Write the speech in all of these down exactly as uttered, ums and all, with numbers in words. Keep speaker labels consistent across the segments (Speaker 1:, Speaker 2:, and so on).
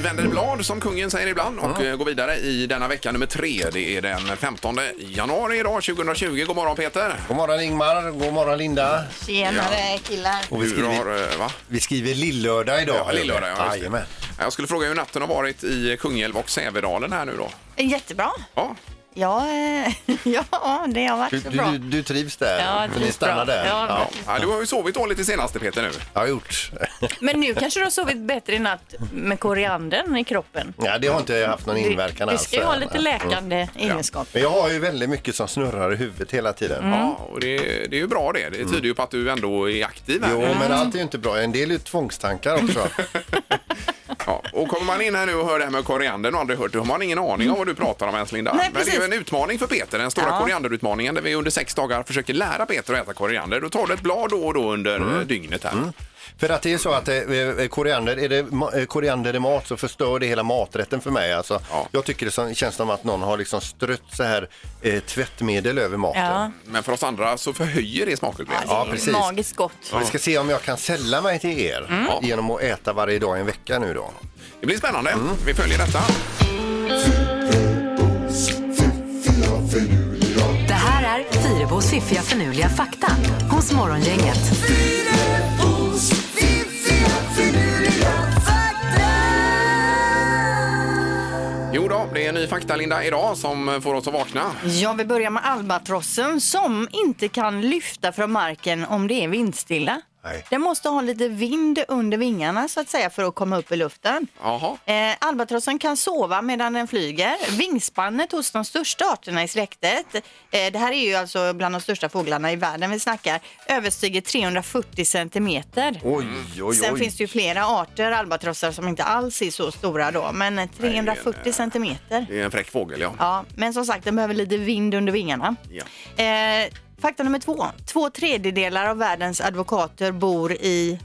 Speaker 1: vänder blad som kungen säger ibland och mm. går vidare i denna vecka nummer tre. Det är den femtonde januari idag tjugohundratjugo. God morgon Peter.
Speaker 2: God morgon Ingmar. God morgon Linda.
Speaker 3: Tjenare ja. killar.
Speaker 2: Och vi skriver,
Speaker 1: har, va?
Speaker 2: vi skriver lillördag idag.
Speaker 1: Ja, lillördag, ja,
Speaker 2: just det.
Speaker 1: Jag skulle fråga hur natten har varit i Kungälv och Sävedalen här nu då.
Speaker 3: Jättebra.
Speaker 1: Ja.
Speaker 3: Ja, eh, ja, det har varit
Speaker 2: du,
Speaker 3: så bra.
Speaker 2: Du, du trivs där?
Speaker 3: Ja,
Speaker 2: för ni stannar där?
Speaker 3: Ja,
Speaker 1: ja. Ja, du har ju sovit dåligt i senaste Peter nu.
Speaker 2: Jag har gjort.
Speaker 3: Men nu kanske du har sovit bättre i natt med koriandern i kroppen.
Speaker 2: Ja, det har inte haft någon inverkan
Speaker 3: det,
Speaker 2: alls.
Speaker 3: Det ska ju ha lite läkande mm. egenskap.
Speaker 2: Men jag har ju väldigt mycket som snurrar i huvudet hela tiden.
Speaker 1: Mm. Ja, och det, det är ju bra det. Det tyder ju på att du ändå är aktiv här.
Speaker 2: Jo, mm. men allt är ju inte bra. En del är ju tvångstankar också.
Speaker 1: Ja, och kommer man in här nu och hör det här med koriandern och aldrig hört det, har man ingen aning om vad du pratar om ens, Linda.
Speaker 3: Nej,
Speaker 1: men det är ju en utmaning för Peter, den stora ja. korianderutmaningen där vi under sex dagar försöker lära Peter att äta koriander. Då tar du ett blad då och då under mm. dygnet här. Mm.
Speaker 2: För att det är så att eh, koriander, är det koriander i mat så förstör det hela maträtten för mig. Alltså, ja. Jag tycker det som, känns som att någon har liksom strött så här eh, tvättmedel över maten. Ja.
Speaker 1: Men för oss andra så förhöjer det smakupplevelsen.
Speaker 3: Ja, precis. Magiskt gott.
Speaker 2: Ja. Vi ska se om jag kan sälla mig till er mm. genom att äta varje dag en vecka nu då.
Speaker 1: Det blir spännande. Mm. Vi följer detta.
Speaker 4: Det här är Fyrebos fiffiga förnuliga fakta hos Morgongänget.
Speaker 1: Jo då, det är en ny fakta, Linda, idag som får oss att vakna.
Speaker 3: Ja, vi börjar med albatrossen som inte kan lyfta från marken om det är vindstilla. Nej. Den måste ha lite vind under vingarna så att säga för att komma upp i luften.
Speaker 1: Jaha.
Speaker 3: Eh, albatrossen kan sova medan den flyger. Vingspannet hos de största arterna i släktet, eh, det här är ju alltså bland de största fåglarna i världen vi snackar, överstiger trehundrafyrtio centimeter.
Speaker 2: Oj, oj, oj.
Speaker 3: Sen finns det ju flera arter albatrossar som inte alls är så stora då, men trehundrafyrtio Nej, centimeter.
Speaker 1: Det är en fräck fågel, ja.
Speaker 3: Ja, men som sagt, den behöver lite vind under vingarna.
Speaker 1: Ja.
Speaker 3: Eh, Fakta nummer två. Två tredjedelar av världens advokater bor i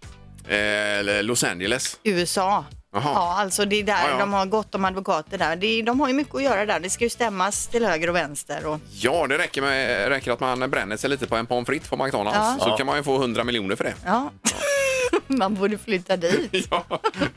Speaker 1: eh, Los Angeles.
Speaker 3: U S A.
Speaker 1: Aha.
Speaker 3: Ja, alltså det är där ja, ja. de har gott om advokater där. Det, de har ju mycket att göra där. Det ska ju stämmas till höger och vänster. Och...
Speaker 1: Ja, det räcker, med, räcker att man bränner sig lite på en pommes frites på McDonalds. Ja. Så ja. kan man ju få hundra miljoner för det.
Speaker 3: Ja, ja. Man borde flytta dit.
Speaker 1: Ja.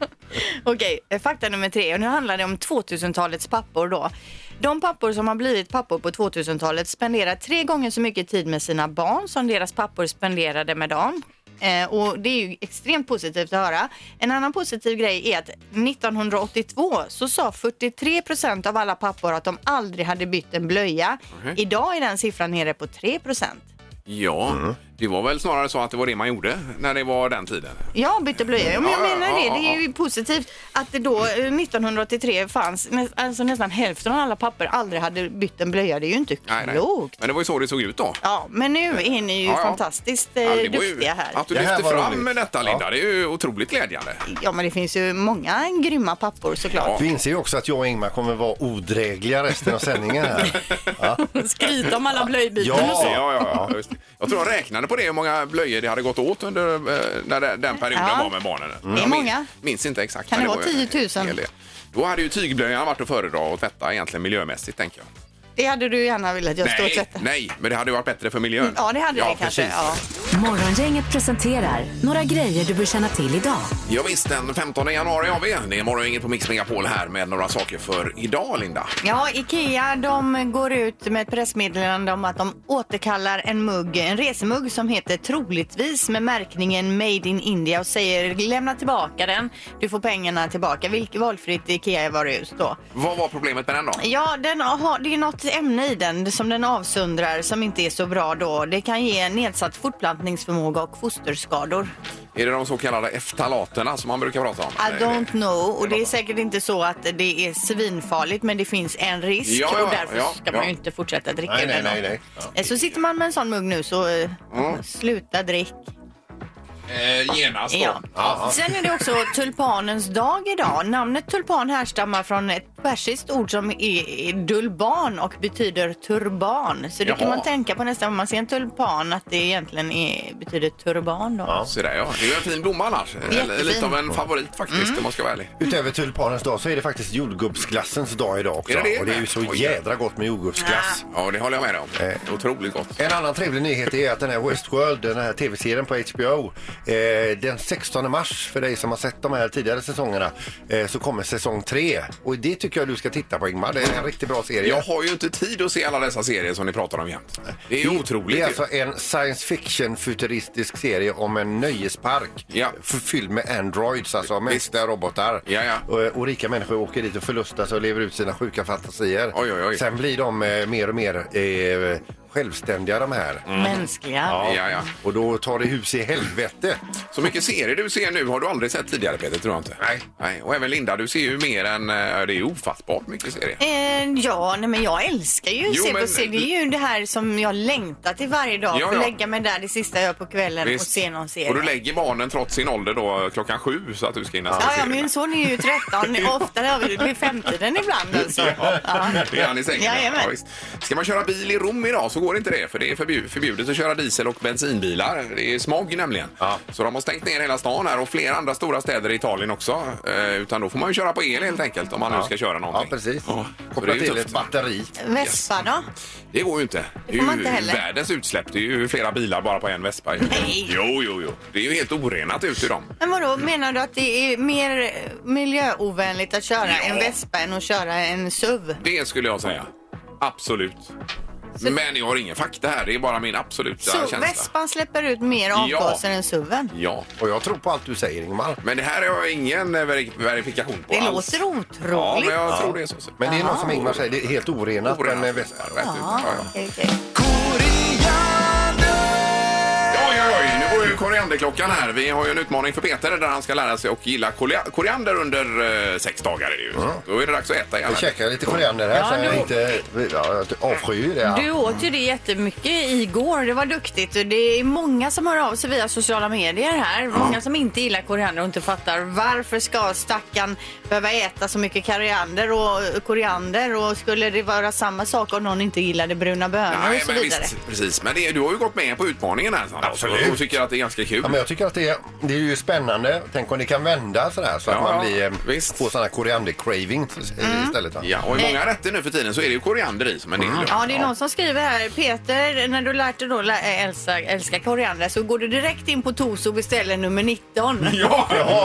Speaker 3: Okej, fakta nummer tre. Och nu handlar det om tvåtusentalets pappor då. De pappor som har blivit pappor på tvåtusentalet spenderar tre gånger så mycket tid med sina barn som deras pappor spenderade med dem. Eh, och det är ju extremt positivt att höra. En annan positiv grej är att nittonhundraåttiotvå så sa fyrtiotre procent av alla pappor att de aldrig hade bytt en blöja. Mm. Idag är den siffran nere på tre procent.
Speaker 1: Ja, mm. det var väl snarare så att det var det man gjorde när det var den tiden.
Speaker 3: Ja, bytte blöja. Men jag
Speaker 1: ja,
Speaker 3: menar
Speaker 1: ja,
Speaker 3: det.
Speaker 1: ja,
Speaker 3: det är ju positivt att det då nittonhundraåttiotre fanns, nä, alltså nästan hälften av alla papper aldrig hade bytt en blöja. Det är ju inte nej, klokt.
Speaker 1: Nej. Men det var ju så det såg ut då.
Speaker 3: Ja, men nu är ni ju ja, ja. fantastiskt eh, ja, duktiga här.
Speaker 1: Att du lyfter fram med detta, Linda, ja. det är ju otroligt glädjande.
Speaker 3: Ja, men det finns ju många grymma pappor såklart. Ja.
Speaker 2: Vi inser ju också att jag och Ingmar kommer vara odrägliga resten av sändningen här.
Speaker 3: Ja. Skryta om alla blöjbyten
Speaker 1: ja.
Speaker 3: och så.
Speaker 1: Ja, ja, ja. Just det. Jag tror jag räknade på det hur många blöjor det hade gått åt under eh, när den perioden ja. var med barnen.
Speaker 3: Mm. Det är många.
Speaker 1: Minns, minns inte exakt.
Speaker 3: Kan det,
Speaker 1: det
Speaker 3: vara tio tusen?
Speaker 1: Då hade ju tygblöjan varit att föredra och tvätta egentligen miljömässigt, tänker jag.
Speaker 3: Det hade du gärna velat jag stå och tvätta.
Speaker 1: Nej, men det hade varit bättre för miljön.
Speaker 3: Ja, det hade ja, det kanske. Ja.
Speaker 4: Morgongänget presenterar några grejer du bör känna till idag.
Speaker 1: Ja visst, den femtonde januari har vi. Det är Morgongänget på Mix Megapol här med några saker för idag, Linda.
Speaker 3: Ja, Ikea de går ut med ett pressmeddelande om att de återkallar en mugg, en resemugg som heter troligtvis med märkningen Made in India och säger lämna tillbaka den. Du får pengarna tillbaka. Vilket valfritt Ikea var det just då.
Speaker 1: Vad var problemet med den då?
Speaker 3: Ja, den har, det är något ämne i den som den avsundrar som inte är så bra då. Det kan ge nedsatt fortplantningsförmåga och fosterskador.
Speaker 1: Är det de så kallade eftalaterna som man brukar prata om?
Speaker 3: I don't know. Och det är säkert inte så att det är svinfarligt, men det finns en risk
Speaker 1: ja, ja,
Speaker 3: och därför
Speaker 1: ja,
Speaker 3: ska man
Speaker 1: ja.
Speaker 3: ju inte fortsätta dricka
Speaker 2: nej,
Speaker 3: den.
Speaker 2: Nej, nej, nej.
Speaker 3: Så sitter man med en sån mugg nu så mm. sluta drick.
Speaker 1: Eh, genast då.
Speaker 3: Ja. Ja. Sen är det också tulpanens dag idag. Namnet tulpan härstammar från ett persiskt ord som är dulban och betyder turban. Så det Jaha. kan man tänka på nästan om man ser en tulpan att det egentligen är, betyder turban då.
Speaker 1: Ja, så där, ja. Det är ju en fin blomma annars. Jättefin. Lite av en favorit faktiskt, mm. det måste jag vara ärlig.
Speaker 2: Utöver tulpanens dag så är det faktiskt jordgubbsglassens dag idag också.
Speaker 1: Är det det?
Speaker 2: Och det är ju så Oj. jädra gott med jordgubbsglass.
Speaker 1: Ja, ja det håller jag med dig om. Eh. Otroligt gott.
Speaker 2: En annan trevlig nyhet är att den här Westworld, den här tv-serien på H B O, Eh, den sextonde mars, för dig som har sett de här tidigare säsongerna, eh, så kommer säsong tre. Och det tycker jag du ska titta på, Ingmar. Det är en riktigt bra serie.
Speaker 1: Jag har ju inte tid att se alla dessa serier som ni pratar om jämt. Det är ju otroligt.
Speaker 2: Det är alltså en science fiction futuristisk serie om en nöjespark
Speaker 1: ja.
Speaker 2: fylld med androids, alltså mänskliga robotar.
Speaker 1: Ja, ja.
Speaker 2: Och, och rika människor åker dit och förlustas och lever ut sina sjuka fantasier.
Speaker 1: Oj, oj, oj.
Speaker 2: Sen blir de eh, mer och mer eh, självständiga, de här.
Speaker 3: Mm. Mänskliga.
Speaker 2: Ja.
Speaker 1: Ja, ja.
Speaker 2: Och då tar det hus i helvete.
Speaker 1: Så mycket serier du ser nu har du aldrig sett tidigare, Peter, tror jag inte.
Speaker 2: Nej.
Speaker 1: Nej. Och även Linda, du ser ju mer än... Det är ju ofattbart mycket serier.
Speaker 3: Eh, ja, nej, men jag älskar ju att
Speaker 1: Jo,
Speaker 3: se
Speaker 1: men-
Speaker 3: på serier. Det är ju det här som jag längtar till varje dag.
Speaker 1: Ja,
Speaker 3: Få
Speaker 1: ja.
Speaker 3: lägga mig där det sista jag gör på kvällen
Speaker 1: Visst.
Speaker 3: och se någon serie.
Speaker 1: Och du lägger barnen trots sin ålder då klockan sju så att du ska hinna se
Speaker 3: Ja, ja,
Speaker 1: serierna.
Speaker 3: min son är ju tretton. Ofta har vi vid femtiden ibland. Alltså.
Speaker 1: Ja,
Speaker 3: Ja.
Speaker 1: det är han i sängen.
Speaker 3: Jajamän.
Speaker 1: Ja, visst. Ska man köra bil i Rom idag så går inte det, för det är förbjud- förbjudet att köra diesel- och bensinbilar. Det är smog nämligen.
Speaker 2: Ja.
Speaker 1: Så de har stängt ner hela stan här och flera andra stora städer i Italien också. Eh, utan då får man ju köra på el helt enkelt om man nu ska köra någonting.
Speaker 2: Ja, precis.
Speaker 1: Ja. Så
Speaker 2: Koppla
Speaker 1: det är ju
Speaker 2: till
Speaker 1: tufft.
Speaker 2: ett batteri.
Speaker 3: Vespa då?
Speaker 1: Det går ju inte. Det är
Speaker 3: får man
Speaker 1: ju
Speaker 3: inte heller.
Speaker 1: världens utsläpp. Det är ju flera bilar bara på en Vespa.
Speaker 3: Nej.
Speaker 1: Jo, jo, jo. Det är ju helt orenat ut ur dem.
Speaker 3: Men vadå, menar du att det är mer miljöovänligt att köra
Speaker 1: Ja.
Speaker 3: en Vespa än att köra en S U V?
Speaker 1: Det skulle jag säga. Absolut.
Speaker 3: Så-
Speaker 1: Men jag har ingen fakta här. Det är bara min absoluta
Speaker 3: Så
Speaker 1: känsla.
Speaker 3: Vespan släpper ut mer avgaser än S U V:en?
Speaker 1: Ja.
Speaker 2: Och jag tror på allt du säger, Ingmar.
Speaker 1: Men det här har jag ingen eh, veri- verifikation på
Speaker 3: Det
Speaker 1: alls.
Speaker 3: låter otroligt.
Speaker 1: Ja, men jag tror det är så.
Speaker 2: Men det är något som Ingmar säger, det är helt orenat,
Speaker 1: Orenat.
Speaker 2: men Vespa.
Speaker 1: Rätt ut. Ja, ja.
Speaker 3: Okej, okej.
Speaker 1: Oj, oj, oj, nu går ju korianderklockan här. Vi har ju en utmaning för Peter där han ska lära sig att gilla koria- koriander under eh, sex dagar. Är det ju. Då är det dags att äta igen.
Speaker 2: Jag käkar lite koriander här
Speaker 3: Ja,
Speaker 2: så jag
Speaker 3: du-
Speaker 2: inte ja, jag avskyr det. Ja.
Speaker 3: Du åt ju det jättemycket igår. Det var duktigt. Och det är många som hör av sig via sociala medier här. Många som inte gillar koriander och inte fattar varför ska stackan behöva äta så mycket koriander och koriander, och skulle det vara samma sak om någon inte gillade bruna bönor
Speaker 1: Nej,
Speaker 3: och så
Speaker 1: men
Speaker 3: vidare.
Speaker 1: visst, precis. Men det, du har ju gått med på utmaningen här. Sandra.
Speaker 2: Absolut.
Speaker 1: Och tycker att det är ganska kul.
Speaker 2: Ja, men jag tycker att det är, det är ju spännande. Tänk om det kan vända sådär så att
Speaker 1: Ja,
Speaker 2: man blir, eh,
Speaker 1: visst.
Speaker 2: får sådana koriander-cravings istället. Va?
Speaker 1: Ja, och i många rätter nu för tiden så är det ju koriander i som en del.
Speaker 3: Ja, det är någon som skriver här: Peter, när du lärt dig då lä- älska, älska koriander så går du direkt in på Toos och beställer nummer nitton.
Speaker 1: Ja, ja.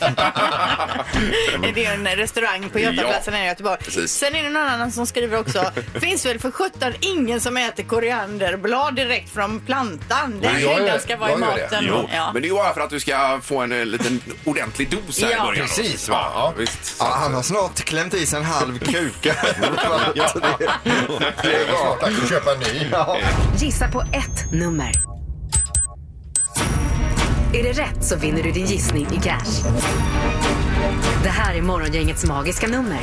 Speaker 3: Det är en restaurang på Götaplatsen här i Göteborg.
Speaker 1: Precis.
Speaker 3: Sen är det någon annan som skriver också: finns väl för sjutton ingen som äter korianderblad direkt från plantan. Den
Speaker 2: Nej, jag gör-
Speaker 3: kryddan ska vara i
Speaker 2: jag gör det.
Speaker 3: maten.
Speaker 1: Jo,
Speaker 3: Ja.
Speaker 1: men det är ju bara för att du ska få en eh, liten ordentlig dos här
Speaker 3: Ja,
Speaker 1: i början.
Speaker 2: precis, va?
Speaker 1: Ja, visst. Så
Speaker 5: Ja,
Speaker 1: att-
Speaker 5: han har snart klämt i sig en halv kuka.
Speaker 2: Ja. Det är bra. Tack för att köpa en ny.
Speaker 4: Gissa på ett nummer. Är det rätt så vinner du din gissning i cash. Det här är Morgongängets magiska nummer.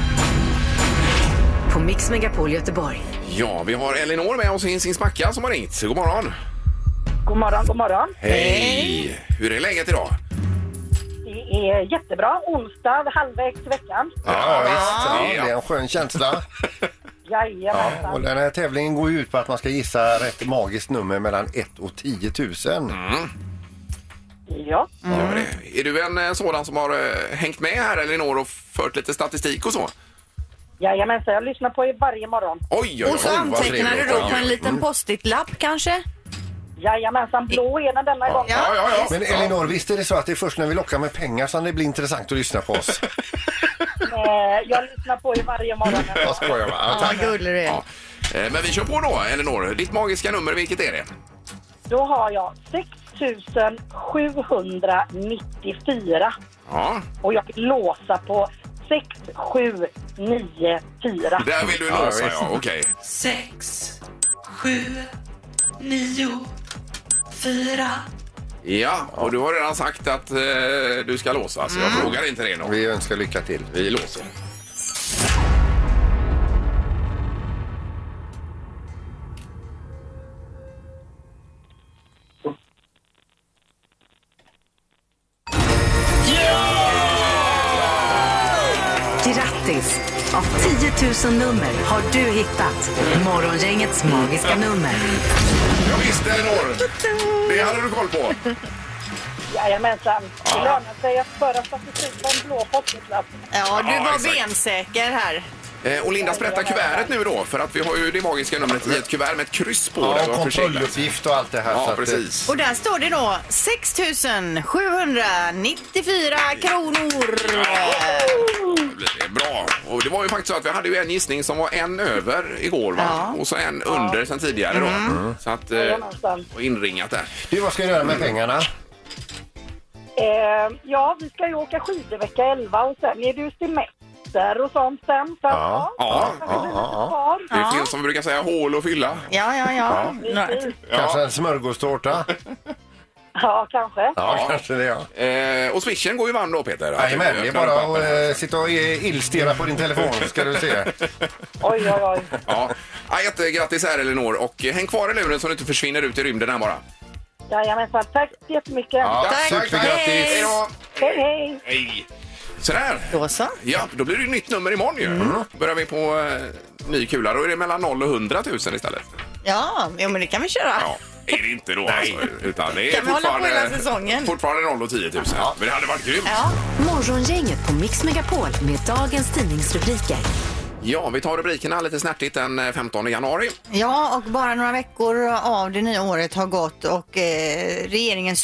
Speaker 4: På Mix Megapol Göteborg.
Speaker 1: Ja, vi har Elinor med oss i sin smacka som har ringt. God morgon.
Speaker 6: God morgon, god morgon.
Speaker 1: Hej! Hur är läget idag?
Speaker 6: Det är jättebra. Onsdag, halvvägs i veckan.
Speaker 2: Ja, visst. Ja,
Speaker 1: Ja.
Speaker 2: det är en skön känsla.
Speaker 6: Jajamensan.
Speaker 2: Och den här tävlingen går ju ut på att man ska gissa rätt magiskt nummer mellan ett och tio tusen.
Speaker 6: Ja.
Speaker 1: Ja, det- är du en eh, sådan som har eh, hängt med här Elinor och fört lite statistik och så?
Speaker 6: Jajamensan, jag lyssnar på er varje morgon.
Speaker 1: Oj, oj, oj.
Speaker 3: Och så
Speaker 2: vad
Speaker 3: antecknar du
Speaker 2: trevligt.
Speaker 3: då
Speaker 2: Ja.
Speaker 3: på en liten post-it-lapp kanske?
Speaker 6: Jajamensan, blå är den denna gången.
Speaker 1: Ja, ja, ja.
Speaker 2: Men Elinor, visst är det så att det är först när vi lockar med pengar som det blir intressant att lyssna på oss?
Speaker 6: Eh, jag lyssnar på er varje morgon.
Speaker 2: Jag skojar bara. Ja,
Speaker 3: Ja,
Speaker 2: tack.
Speaker 3: gullig du är.
Speaker 1: Ja. Eh, Men vi kör på då, Elinor. Ditt magiska nummer, vilket är det?
Speaker 6: Då har jag sex tusen sjuhundranittiofyra
Speaker 1: Ja,
Speaker 6: och jag vill låsa på sex sju nio fyra.
Speaker 1: där vill du
Speaker 2: Ja,
Speaker 1: låsa,
Speaker 2: visst.
Speaker 1: ja. Okej.
Speaker 7: sex, sju, nio, fyra.
Speaker 1: Ja, och du har redan sagt att eh, du ska låsa, så jag frågar inte det då.
Speaker 2: Vi önskar lycka till.
Speaker 1: Vi låser.
Speaker 4: Grattis! Av tio tusen nummer har du hittat Morgongängets magiska nummer.
Speaker 1: Ja, visst, Elinor. Det hade du koll på.
Speaker 6: Jajamensan, det lönar sig att föra statistik på en blå post-it-lapp.
Speaker 3: Ja, du
Speaker 1: Ja,
Speaker 3: var
Speaker 1: exakt.
Speaker 3: bensäker här.
Speaker 1: Eh, och Linda sprättar kuvertet nu då, för att vi har ju det magiska numret i ett kuvert med ett kryss på.
Speaker 2: Ja,
Speaker 1: det
Speaker 2: och kontrolluppgift och allt det här.
Speaker 1: Ja,
Speaker 2: så att,
Speaker 1: precis.
Speaker 3: Och där står det då sex tusen sjuhundranittiofyra kronor.
Speaker 1: Det blir bra. Och det var ju faktiskt så att vi hade ju en gissning som var en över igår, va?
Speaker 3: Ja.
Speaker 1: Och så en under sen tidigare då.
Speaker 2: Mm.
Speaker 1: Så att, eh, och inringat där.
Speaker 2: Du, vad ska du göra med pengarna?
Speaker 6: Eh, ja, vi ska ju åka skidor vecka elva och sen är det ju semester och sånt sen. Så
Speaker 2: Ja.
Speaker 1: Ja,
Speaker 6: ja,
Speaker 2: ja, ja,
Speaker 1: Det
Speaker 3: Ja.
Speaker 1: finns som vi brukar säga hål och fylla.
Speaker 3: Ja, ja, ja.
Speaker 6: ja.
Speaker 2: Kanske en smörgåstårta?
Speaker 6: ja, kanske.
Speaker 2: Ja,
Speaker 1: Ja.
Speaker 2: kanske det, ja.
Speaker 1: Eh, och swishen går ju varm då, Peter.
Speaker 2: Jajamän, det är bara att äh, sitta och eh, illstera på din telefon, ska du se.
Speaker 6: Oj, oj, oj.
Speaker 1: Ja. Ja, jättegrattis här, Elinor. Och eh, häng kvar i luren så du inte försvinner ut i rymden här bara.
Speaker 6: Jajamensan, tack så jättemycket.
Speaker 2: Ja,
Speaker 3: Tack.
Speaker 2: supergrattis!
Speaker 1: Hej då!
Speaker 6: Hej, hej.
Speaker 1: Hej! Sådär.
Speaker 3: Då så.
Speaker 1: Ja, då blir det ju nytt nummer imorgon ju. Mm. Börjar vi på eh, ny kula. Då är det mellan noll och hundratusen istället.
Speaker 3: Ja, jo, men det kan vi köra.
Speaker 1: Ja, är det inte då alltså. Utan det är
Speaker 3: Kan vi hålla på
Speaker 1: fortfarande,
Speaker 3: hela säsongen?
Speaker 1: fortfarande noll och tio tusen. Ja. Men det hade varit grymt.
Speaker 3: Ja.
Speaker 4: Morgongänget på Mix Megapol med dagens tidningsrubriker.
Speaker 1: Ja, vi tar rubrikerna lite snärtigt den femtonde januari.
Speaker 3: Ja, och bara några veckor av det nya året har gått och eh, regeringens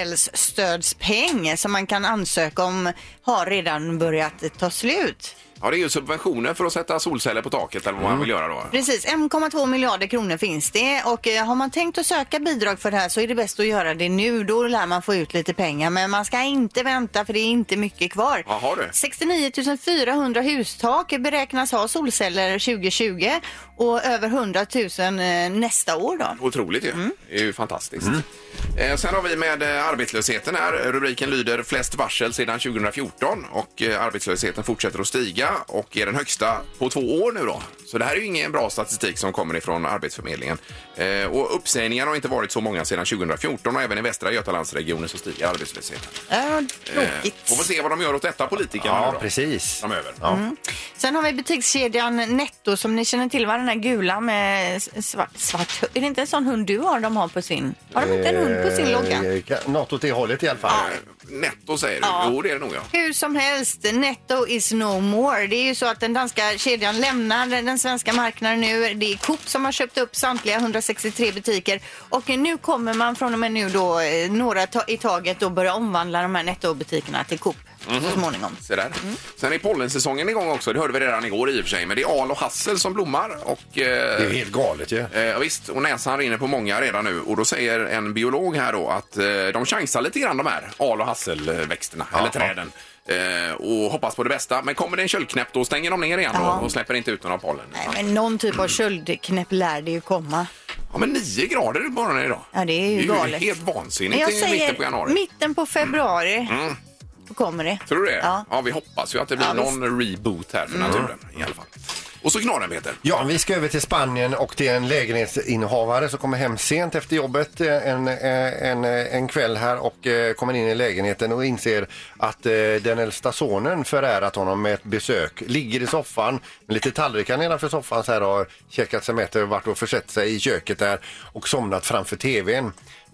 Speaker 3: solcellsstödspeng som man kan ansöka om har redan börjat ta slut.
Speaker 1: Ja, det är ju subventioner för att sätta solceller på taket eller vad man vill göra då.
Speaker 3: Precis, en komma två miljarder kronor finns det och eh, har man tänkt att söka bidrag för det här så är det bäst att göra det nu. Då lär man få ut lite pengar, men man ska inte vänta för det är inte mycket kvar.
Speaker 1: Jaha, du.
Speaker 3: sextionio tusen fyrahundra hustak beräknas ha solceller tjugo tjugo och över hundra tusen eh, nästa år då.
Speaker 1: Otroligt ju.
Speaker 3: Mm.
Speaker 1: Det är ju fantastiskt. Eh, sen har vi med eh, arbetslösheten här. Rubriken lyder flest varsel sedan tjugohundrafjorton och eh, arbetslösheten fortsätter att stiga och är den högsta på två år nu då. Så det här är ju ingen bra statistik som kommer ifrån Arbetsförmedlingen. Eh, och uppsägningarna har inte varit så många sedan tjugohundrafjorton och även i Västra Götalandsregionen så stiger arbetslösheten.
Speaker 3: Ja,
Speaker 1: Eh,
Speaker 3: tråkigt.
Speaker 1: får vi se vad de gör åt detta, politikerna nu
Speaker 2: Ja,
Speaker 1: då,
Speaker 2: precis.
Speaker 1: framöver.
Speaker 2: Ja.
Speaker 3: Sen har vi butikskedjan Netto som ni känner till, var den här gula med svart, svart. Är det inte en sån hund du har de har på sin? Har de inte en hund på sin logga?
Speaker 2: Eh, Något åt det hållet i alla fall.
Speaker 1: Eh, netto säger du?
Speaker 3: Ja.
Speaker 1: Jo, det är det nog, ja.
Speaker 3: Hur som helst, Netto is no more. Det är ju så att den danska kedjan lämnar den svenska marknaden nu. Det är Coop som har köpt upp samtliga hundrasextiotre butiker och nu kommer man från och med nu då eh, några ta- i taget då börja omvandla de här Netto-butikerna till Coop så småningom.
Speaker 1: Så där. Sen är pollensäsongen igång också, det hörde vi redan igår i och för sig, men det är al och hassel som blommar och
Speaker 2: Det är
Speaker 1: eh,
Speaker 2: helt galet ju.
Speaker 1: eh, visst, och näsan rinner på många redan nu och då säger en biolog här då att eh, de chansar lite grann de här al och hasselväxterna eller träden eh, och hoppas på det bästa, men kommer det en köldknäpp då stänger de ner igen
Speaker 3: Ja.
Speaker 1: då, och släpper inte ut några pollen.
Speaker 3: Nej, men någon typ av köldknäpp lär det ju komma.
Speaker 1: Ja, men nio grader är bara idag.
Speaker 3: Ja, det är ju galet.
Speaker 1: helt vansinnigt
Speaker 3: Men jag
Speaker 1: i mitten
Speaker 3: säger
Speaker 1: på januari.
Speaker 3: mitten på februari då kommer det.
Speaker 1: Tror du det?
Speaker 3: Ja.
Speaker 1: Ja, vi hoppas ju att det blir
Speaker 3: Ja,
Speaker 1: någon reboot här för naturen i alla fall. Och så knorren, Peter.
Speaker 2: Ja, vi ska över till Spanien och till en lägenhetsinnehavare som kommer hem sent efter jobbet en, en, en kväll här och kommer in i lägenheten och inser att den äldsta sonen förärat honom med ett besök. Ligger i soffan med lite tallrikar nedanför soffan så här och har käkat sig mätt och varit och försett sig i köket där och somnat framför tvn.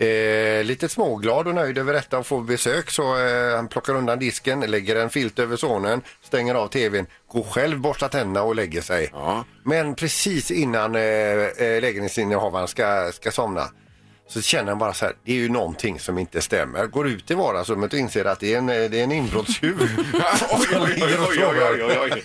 Speaker 2: Eh, lite småglad och nöjd över detta och får besök så eh, han plockar undan disken, lägger en filt över sonen, stänger av tvn, går själv, borstar tänderna och lägger sig.
Speaker 1: Ja.
Speaker 2: Men precis innan eh, eh, lägenhetsinnehavaren ska, ska somna så känner han bara så här, det är ju någonting som inte stämmer. Går ut i vardagsrummet och inser att det är en, det är en inbrottstjuv.
Speaker 1: oj, oj, oj, oj, oj, oj, oj.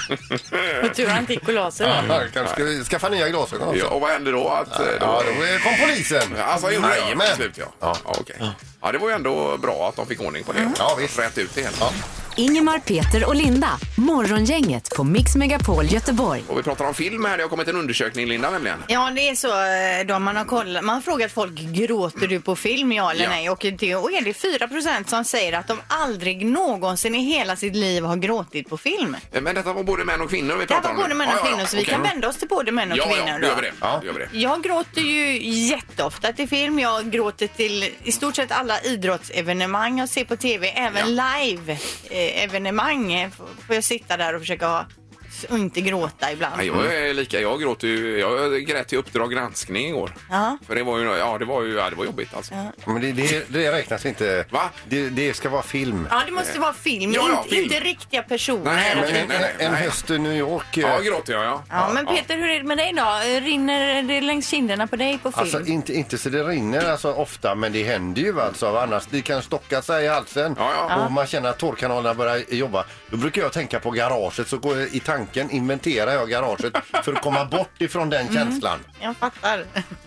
Speaker 3: Och tur han gick och la sig.
Speaker 2: Ja, kanske ska skaffa nya glasögon också.
Speaker 1: Ja, och vad hände då? Att, eh, då
Speaker 2: Ja, då kom polisen.
Speaker 1: Alltså, gjorde det
Speaker 2: Jajamän.
Speaker 1: till slut, ja. Ja, ja, okej. Ja, det var ju ändå bra att de fick ordning på det.
Speaker 2: Ja, visst.
Speaker 1: Rätt ut det hela.
Speaker 2: Ja.
Speaker 4: Ingemar, Peter och Linda. Morgongänget på Mix Megapol Göteborg.
Speaker 1: Och vi pratar om film här. Det har kommit en undersökning, Linda, nämligen.
Speaker 3: Ja, det är så eh, då man har kollat, man har frågat folk, gråter du på film, ja eller
Speaker 1: Ja.
Speaker 3: nej? Och det och är det fyra procent som säger att de aldrig någonsin i hela sitt liv har gråtit på film.
Speaker 1: Men detta var både män och kvinnor vi
Speaker 3: Det
Speaker 1: pratar
Speaker 3: här
Speaker 1: om
Speaker 3: var både
Speaker 1: nu.
Speaker 3: män och
Speaker 1: Ja, ja,
Speaker 3: kvinnor
Speaker 1: ja,
Speaker 3: så vi
Speaker 1: okej.
Speaker 3: kan vända oss till både män och
Speaker 1: Ja,
Speaker 3: kvinnor.
Speaker 1: ja,
Speaker 3: då.
Speaker 1: det gör vi det.
Speaker 2: Ja.
Speaker 1: Det gör vi det.
Speaker 3: Jag gråter ju jätteofta till film. Jag gråter till i stort sett alla idrottsevenemang jag ser på tv. Även live-evenemang får jag sitta där och försöka ha och inte gråta ibland.
Speaker 1: Nej, jag är lika, jag gråter ju, jag grät i Uppdrag granskning igår.
Speaker 3: Ja.
Speaker 1: För det var ju, ja det var ju, ja, det var jobbigt alltså.
Speaker 3: Ja.
Speaker 2: Men det, det, det räknas inte.
Speaker 1: Va?
Speaker 2: Det, det ska vara film.
Speaker 3: Ja, det måste vara film,
Speaker 1: Ja, ja,
Speaker 3: inte,
Speaker 1: film.
Speaker 3: inte riktiga personer.
Speaker 1: Nej,
Speaker 2: Men
Speaker 1: okej,
Speaker 2: en,
Speaker 1: nej, nej,
Speaker 2: en
Speaker 1: nej.
Speaker 2: höst i New York.
Speaker 1: Ja,
Speaker 2: eh,
Speaker 1: gråter jag, ja.
Speaker 3: Ja, men Peter, hur är det med dig då? Rinner det längs kinderna på dig på film?
Speaker 2: Alltså inte, inte så det rinner alltså ofta, men det händer ju alltså. Annars det kan stocka sig i halsen
Speaker 1: Ja, ja.
Speaker 2: och man känner att tårkanalerna börjar jobba. Då brukar jag tänka på garaget, så går jag, i tanken inventerar jag garaget för att komma bort ifrån den känslan.
Speaker 3: Jag fattar.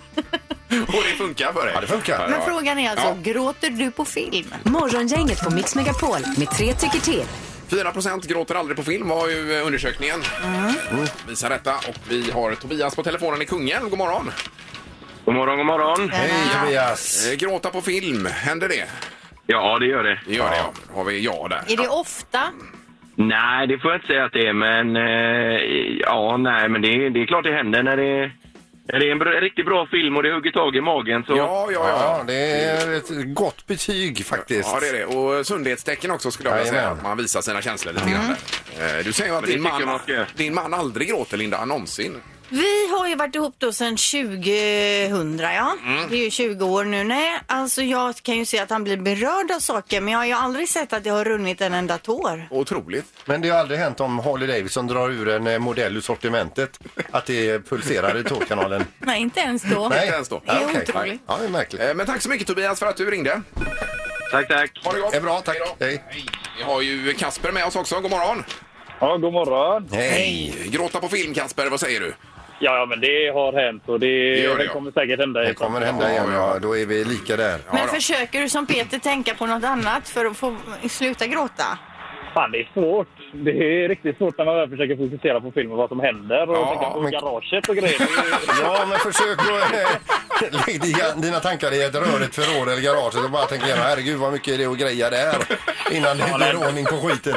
Speaker 1: Och det funkar för dig?
Speaker 2: Ja, det funkar.
Speaker 3: Men frågan är alltså,
Speaker 1: Ja.
Speaker 3: gråter du på film?
Speaker 4: Morgongänget på Mix Megapol med tre tycker till.
Speaker 1: fyra procent gråter aldrig på film var ju eh, undersökningen. Mm. Visar detta. Och vi har Tobias på telefonen i Kungälv. God morgon.
Speaker 8: God morgon, god morgon.
Speaker 2: Hej Tobias!
Speaker 1: Eh, Gråta på film, händer det?
Speaker 8: Ja, det gör det.
Speaker 1: Det gör det, ja. Då har vi ja där.
Speaker 3: Är det ofta?
Speaker 8: Nej, det får jag inte säga att det är, men eh, ja, nej, men det, det är klart det händer när det, när det är en bra, riktigt bra film och det hugger tag i magen. Så...
Speaker 1: Ja, ja,
Speaker 2: Ja,
Speaker 1: ja.
Speaker 2: det är ett gott betyg faktiskt.
Speaker 1: Ja, det är det. Och sundhetstecken också skulle jag vilja säga.
Speaker 2: Jajamän.
Speaker 1: Man visar sina känslor lite grann där. Eh, Du säger ju att
Speaker 8: Det
Speaker 1: din
Speaker 8: tycker jag
Speaker 1: man,
Speaker 8: man ska göra.
Speaker 1: din man aldrig gråter, Linda, någonsin.
Speaker 3: Vi har ju varit ihop då sedan tjugohundra, ja. Det är ju tjugo år nu. Nej, alltså jag kan ju se att han blir berörd av saker, men jag har ju aldrig sett att det har runnit en enda tår.
Speaker 1: Otroligt.
Speaker 2: Men det har aldrig hänt om Harley Davidson drar ur en eh, modell ur sortimentet att det pulserar i tårkanalen.
Speaker 3: Nej, inte ens då.
Speaker 2: Nej.
Speaker 1: Inte ens då.
Speaker 3: Det är
Speaker 2: Ja, okej.
Speaker 3: otroligt.
Speaker 2: Ja, det är märkligt.
Speaker 1: Eh, Men tack så mycket Tobias för att du ringde.
Speaker 8: Tack, tack.
Speaker 1: Ha det gott.
Speaker 2: Det är bra, tack.
Speaker 1: Hej då.
Speaker 2: Hej.
Speaker 1: Hej. Vi har ju Kasper med oss också. God morgon.
Speaker 9: Ja, god morgon.
Speaker 2: Hej!
Speaker 1: Gråta på film, Kasper. Vad säger du?
Speaker 9: Ja, men det har hänt och det,
Speaker 1: Det gör det,
Speaker 9: det
Speaker 1: ja.
Speaker 9: kommer säkert hända.
Speaker 2: Det kommer hända igen, ja. Då är vi lika där.
Speaker 3: Men
Speaker 1: då.
Speaker 3: försöker du som Peter tänka på något annat för att få sluta gråta?
Speaker 9: Fan, det är svårt. Det är riktigt svårt när man väl försöker fokusera på filmen, vad som händer och
Speaker 1: Ja,
Speaker 9: tänka på
Speaker 2: men-
Speaker 9: garaget och grejer.
Speaker 2: Ja, men försök att äh, lägg dina- dina tankar i ett rörigt förråd eller garaget och bara tänka igenom, herregud vad mycket är det att greja där innan det blir ordning på skiten.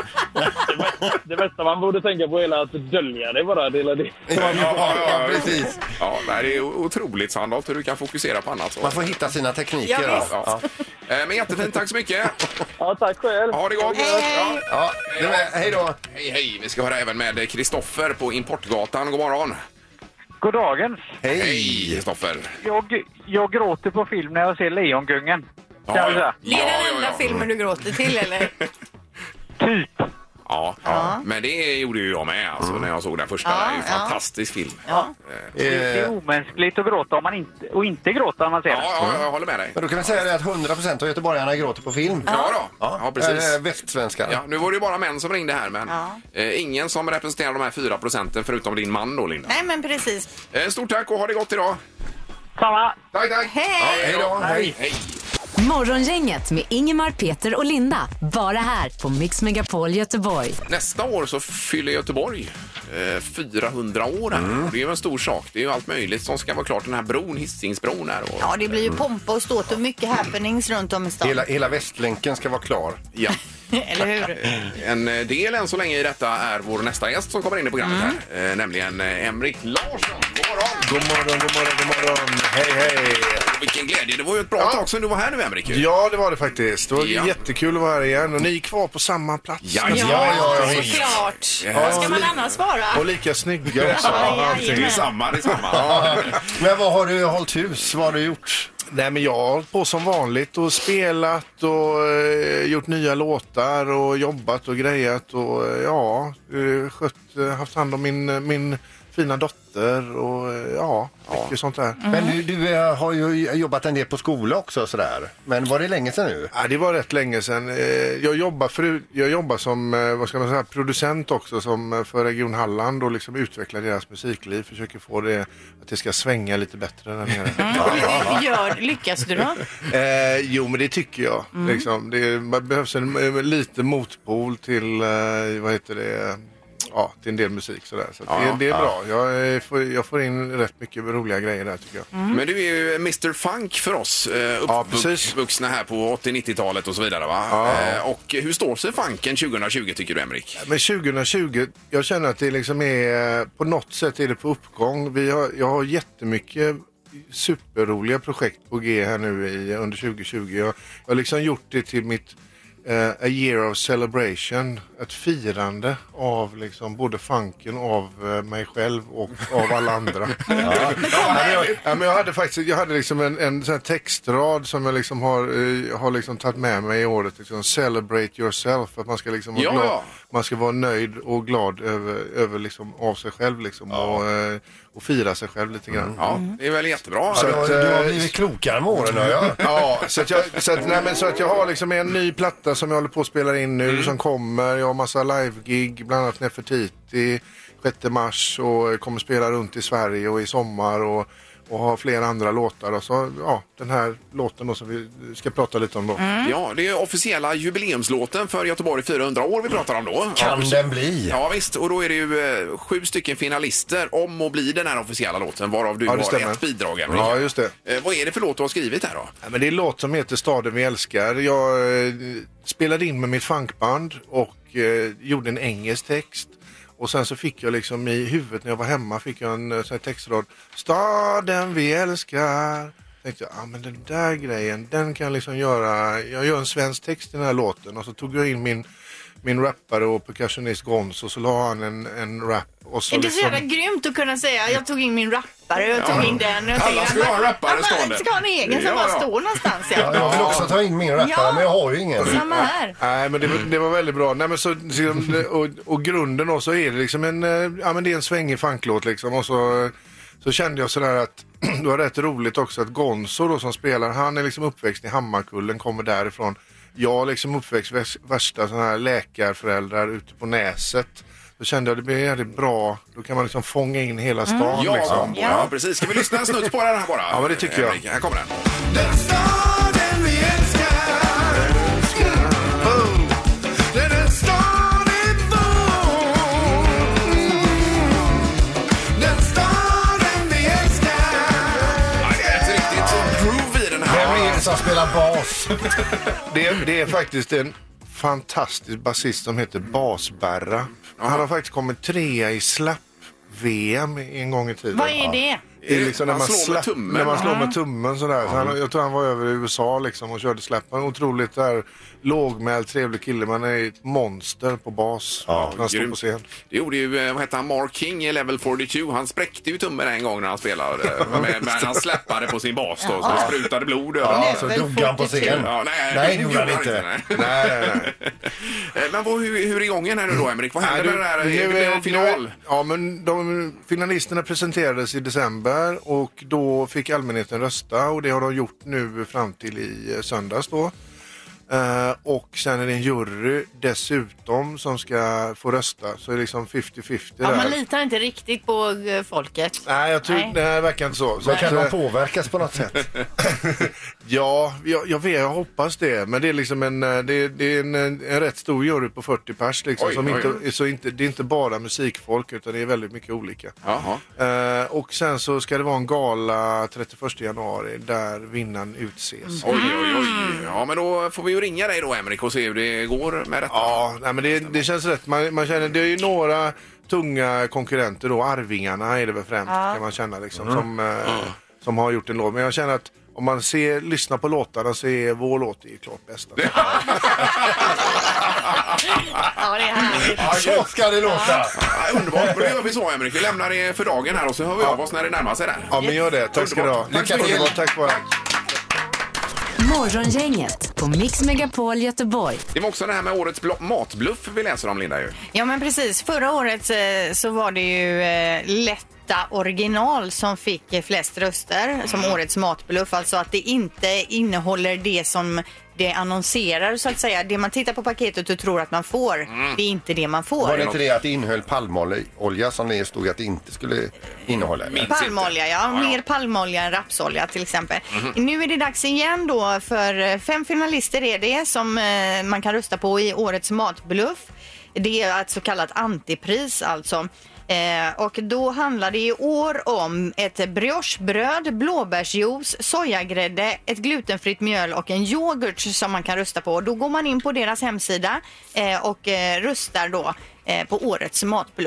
Speaker 9: Det bästa man borde tänka på är att dölja det bara. Det, det.
Speaker 2: Ja, ja, ja, precis.
Speaker 1: Ja, nej, det är otroligt, Sandholt, hur du kan fokusera på annat. Så.
Speaker 2: Man får hitta sina tekniker.
Speaker 3: Ja,
Speaker 2: då.
Speaker 3: visst.
Speaker 1: Ja. Eh, Men jättefint, tack så mycket.
Speaker 9: Ja, tack själv.
Speaker 1: Ha det gott. Ja.
Speaker 2: Ja, det med. Hej då!
Speaker 1: Hej, hej. Vi ska höra även med Kristoffer på Importgatan. God morgon.
Speaker 9: God dagens.
Speaker 1: Hej,
Speaker 2: Hej!
Speaker 1: Kristoffer.
Speaker 9: Jag, jag gråter på film när jag ser Lejongungan.
Speaker 1: Ja,
Speaker 9: Kan jag säga.
Speaker 3: Det är den enda filmen du gråter till, eller?
Speaker 9: Typ.
Speaker 1: Ja, ja, men det gjorde ju jag med alltså, när jag såg den första.
Speaker 3: Ja,
Speaker 1: det är ju en
Speaker 3: ja.
Speaker 1: fantastisk film.
Speaker 3: Ja.
Speaker 9: Det är
Speaker 2: Eh,
Speaker 9: omänskligt att gråta om man inte, och inte gråta om man ser
Speaker 1: Ja,
Speaker 9: det.
Speaker 1: ja, jag håller med dig.
Speaker 2: men då kan vi säga det att hundra procent av göteborgarna gråter på film.
Speaker 1: Ja, då. Ja, precis.
Speaker 2: Äh, västsvenskar.
Speaker 1: Ja, nu var det ju bara män som ringde här, men
Speaker 3: Ja.
Speaker 1: eh, ingen som representerar de här fyra procenten förutom din man då, Linda.
Speaker 3: Nej, men precis.
Speaker 1: Eh, stort tack och ha det gott idag.
Speaker 9: Samma.
Speaker 1: Tack, tack.
Speaker 3: Hej.
Speaker 1: Ja,
Speaker 2: Hej då, hej.
Speaker 1: Hej.
Speaker 4: Morgongänget med Ingemar, Peter och Linda. Bara här på Mix Megapol Göteborg.
Speaker 1: Nästa år så fyller Göteborg eh, fyrahundra år här. Det är ju en stor sak. Det är ju allt möjligt som ska vara klart. Den här bron, Hisingsbron här. Och,
Speaker 3: Ja, det blir ju pompa och ståt och mycket happenings runt om i stan.
Speaker 2: Hela, hela Västlänken ska vara klar.
Speaker 1: ja.
Speaker 3: Eller hur?
Speaker 1: En eh, del än så länge i detta är vår nästa gäst som kommer in i programmet här. Eh, nämligen eh, Emrik Larsson. God morgon!
Speaker 10: God morgon, god morgon, god morgon. Hej, hej.
Speaker 1: Vilken glädje. Det var ju ett bra tag sedan du var här nu, Emrik.
Speaker 10: Ja, det var det faktiskt. Det var
Speaker 1: Ja.
Speaker 10: jättekul att vara här igen. Och ni är kvar på samma plats.
Speaker 1: Ja,
Speaker 3: Ja,
Speaker 2: ja, ja.
Speaker 3: såklart.
Speaker 1: Ja.
Speaker 3: Vad ska man annars vara?
Speaker 10: Och lika snygga också.
Speaker 3: Ja,
Speaker 10: Allting.
Speaker 3: jajamän.
Speaker 1: Det är samma, det är samma.
Speaker 2: Men vad har du hållit hus? Vad har du gjort?
Speaker 10: Nej, men jag har hållit på som vanligt och spelat och eh, gjort nya låtar och jobbat och grejat och eh, ja, eh, skött, eh, haft hand om min, min fina dotter och eh, ja, mycket sånt där.
Speaker 2: Men du, du eh, har ju jobbat en del på skola också sådär. Men var det länge sedan nu?
Speaker 10: Ja, det var rätt länge sedan. Eh, Jag jobbar, för, jag jobbar som eh, vad ska man säga, producent också som eh, för Region Halland och liksom utvecklar deras musikliv. Försöker få det att det ska svänga lite bättre där nere.
Speaker 3: Mm. Gör, lyckas du då?
Speaker 10: Eh, jo, men det tycker jag. Liksom. Det man behövs en eh, lite motpol till, eh, vad heter det, ja, till en del musik sådär. Så att
Speaker 1: Ja,
Speaker 10: det, det är bra. Jag, eh, får, jag får in rätt mycket roliga grejer där tycker jag.
Speaker 1: Men du är ju mister Funk för oss, eh,
Speaker 10: Ja, precis.
Speaker 1: uppvuxna här på åttio-nittiotalet och så vidare, va?
Speaker 10: Ja.
Speaker 1: Eh, och hur står sig funken tjugo tjugo tycker du, Emrik?
Speaker 10: Men tjugo tjugo, jag känner att det liksom är, på något sätt är det på uppgång. Vi har, jag har jättemycket superroliga projekt på G här nu i, under tjugo tjugo. Jag, jag har liksom gjort det till mitt eh, A Year of Celebration. Ett firande av liksom både funken av eh, mig själv och av alla andra. ja. Ja, men jag, ja, men jag hade faktiskt jag hade liksom en, en sån här textrad som jag liksom har, eh, har liksom tagit med mig i året. Liksom, celebrate yourself. Att man ska liksom vara
Speaker 1: Ja.
Speaker 10: glad, man ska vara nöjd och glad över, över liksom, av sig själv liksom, ja. och, eh, och fira sig själv lite grann.
Speaker 1: Mm. Ja, det är väl jättebra.
Speaker 2: Så
Speaker 10: att,
Speaker 2: du, du har
Speaker 10: eh,
Speaker 2: blivit klokare med åren, hör jag.
Speaker 10: Ja, så att jag, så att, nej, men så att jag har liksom en ny platta som jag håller på att spela in nu mm. som kommer. Jag har massa live-gig, bland annat Nefertiti sjätte mars och kommer spela runt i Sverige och i sommar och, och har flera andra låtar. Och så, ja, den här låten då som vi ska prata lite om då.
Speaker 1: Mm. Ja, det är officiella jubileumslåten för Göteborg fyrahundra år vi pratar om då.
Speaker 2: Kan
Speaker 1: ja,
Speaker 2: den bli?
Speaker 1: Ja visst, och då är det ju eh, sju stycken finalister om att bli den här officiella låten, varav du
Speaker 10: ja,
Speaker 1: har
Speaker 10: stämmer.
Speaker 1: ett bidrag. Emil.
Speaker 10: Ja, just det.
Speaker 1: Eh, vad är det för låt du har skrivit här då?
Speaker 10: Ja, men det är en låt som heter Staden vi älskar. Jag eh, spelade in med mitt funkband och eh, gjorde en engelsk text. Och sen så fick jag liksom i huvudet när jag var hemma fick jag en sån här textrad. Staden vi älskar. Tänkte jag, ah, men den där grejen, den kan jag liksom göra. Jag gör en svensk text i den här låten. Och så tog jag in min, min rappare och percussionist Gonzo. Och så la han en, en rap. Och så
Speaker 3: är det
Speaker 10: liksom...
Speaker 3: så jävla grymt att kunna säga, jag tog in min rappare, jag tog
Speaker 1: Ja.
Speaker 3: in den. Och
Speaker 1: Alla ska ha en rappare
Speaker 3: ja,
Speaker 1: stående.
Speaker 3: man ska ha en egen som
Speaker 1: Ja,
Speaker 3: bara
Speaker 1: ja.
Speaker 3: står någonstans.
Speaker 2: Ja,
Speaker 3: Ja.
Speaker 2: jag vill också ta in min rappare,
Speaker 3: Ja.
Speaker 2: men jag har ju ingen.
Speaker 3: Samma här.
Speaker 10: Nej, men det, var- det var väldigt bra. Nej, men så, så- och, och grunden då så är det liksom en, eh, ja, men det är en svängig funklåt liksom. Och så, så kände jag sådär att det var rätt roligt också att Gonzo då som spelar, han är liksom uppväxt i Hammarkullen, kommer därifrån. Jag liksom uppväxt väs- värsta sådana här läkarföräldrar ute på Näset. Då kände jag att det blir jävligt bra. Då kan man liksom fånga in hela stan.
Speaker 1: Ja,
Speaker 10: liksom.
Speaker 1: ja. ja, precis. Ska vi lyssna en snutt på den här bara?
Speaker 10: Ja, men det tycker jag.
Speaker 1: Erik, här kommer den.
Speaker 10: Den staden vi älskar. Oh. Den är staden vår. Den staden vi älskar.
Speaker 1: Ja, det är ett riktigt groove i den här.
Speaker 2: Vem är det som spelar bas?
Speaker 10: Det är, det är faktiskt en fantastisk basist som heter Basberra. Han har faktiskt kommit trea i slapp-V M en gång i tiden.
Speaker 3: Vad är det?
Speaker 10: Det är liksom när
Speaker 1: Man
Speaker 10: man,
Speaker 1: slår med
Speaker 10: slapp,
Speaker 1: tummen.
Speaker 10: när man slår
Speaker 3: Ja.
Speaker 10: med tummen sådär. Så han, jag tror han var över i U S A liksom och körde släpp. En otroligt där lågmäld, trevlig kille. Man är ett monster på bas.
Speaker 1: Ja,
Speaker 10: när han står
Speaker 1: grymt.
Speaker 10: på scen.
Speaker 1: Det gjorde ju, eh, vad hette han, Mark King i Level fyrtiotvå. Han spräckte ju tummen en gång när han spelade. med, med, han släppade på sin bas då, så det sprutade blod över.
Speaker 2: Ja,
Speaker 1: Ja.
Speaker 2: så dog han på scen.
Speaker 1: Ja, nej,
Speaker 2: Nej, det gjorde han
Speaker 1: nej.
Speaker 2: inte.
Speaker 1: Nej.
Speaker 10: Nej, nej, nej.
Speaker 1: Eh, Men vad, hur, hur är gången här nu då, Emrik? Vad händer
Speaker 10: Nej,
Speaker 1: med det här?
Speaker 10: nu
Speaker 1: Det blev
Speaker 10: är-
Speaker 1: en final.
Speaker 10: nu är- Ja, men de finalisterna presenterades i december och då fick allmänheten rösta och det har de gjort nu fram till i eh, söndags då. Eh, och sen är det en jury dessutom som ska få rösta, så är det liksom femtio femtio
Speaker 3: Ja,
Speaker 10: där.
Speaker 3: man litar inte riktigt på eh, folket.
Speaker 10: Nej, jag tror
Speaker 3: Nej.
Speaker 10: det här verkar inte så. så
Speaker 2: Men
Speaker 10: att,
Speaker 2: kan de
Speaker 10: eh,
Speaker 2: påverkas på något sätt?
Speaker 10: Ja, jag, jag vet, jag hoppas det. Men det är liksom en, eh, det, det är en, en rätt stor jury på fyrtio pers liksom.
Speaker 1: Oj,
Speaker 10: som
Speaker 1: oj,
Speaker 10: inte,
Speaker 1: oj.
Speaker 10: Så inte, det är inte bara musikfolk utan det är väldigt mycket olika.
Speaker 1: Jaha.
Speaker 10: Eh, och sen så ska det vara en gala trettioförsta januari där vinnaren utses.
Speaker 1: Oj, oj, oj. Ja, men då får vi ju ringa dig då, Emrik, och se hur det går med detta.
Speaker 10: Ja, nej, men det, det känns rätt. Man, man känner, det är ju några tunga konkurrenter då. Arvingarna är det väl främst
Speaker 3: Ja.
Speaker 10: kan man känna liksom. Som, eh, som har gjort en låt. Men jag känner att om man ser, lyssnar på låtarna så är vår låt är klart bästa.
Speaker 3: Ja, det är härligt.
Speaker 2: Så ska det låta.
Speaker 1: Ja, underbart, men då gör vi så, Emrik. Vi lämnar det för dagen här och så hör vi av oss när det närmar sig där.
Speaker 10: Ja, men gör det. Tack ska du ha.
Speaker 1: Lycka till.
Speaker 10: Underbart, tack bara.
Speaker 4: Morgongänget på Mix Megapol Göteborg.
Speaker 1: Det var också det här med årets blo- matbluff vi läser om, Linda. Ju.
Speaker 3: Ja, men precis. Förra året eh, så var det ju eh, lätta original som fick eh, flest röster som årets matbluff. Alltså att det inte innehåller det som det annonserar, så att säga. Det man tittar på paketet och tror att man får, det är inte det man får.
Speaker 2: Var det inte det att det innehöll palmolja som det stod att det inte skulle innehålla? eller?
Speaker 3: Palmolja, ja.
Speaker 1: Ja, ja.
Speaker 3: Mer palmolja än rapsolja till exempel. Nu är det dags igen då för fem finalister är det som eh, man kan rösta på i årets matbluff. Det är ett så kallat antipris alltså. Eh, och då handlar det i år om ett briochebröd, blåbärsjuice, sojagrädde, ett glutenfritt mjöl och en yoghurt som man kan rösta på. Då går man in på deras hemsida eh, och eh, röstar då eh, på årets matbluff.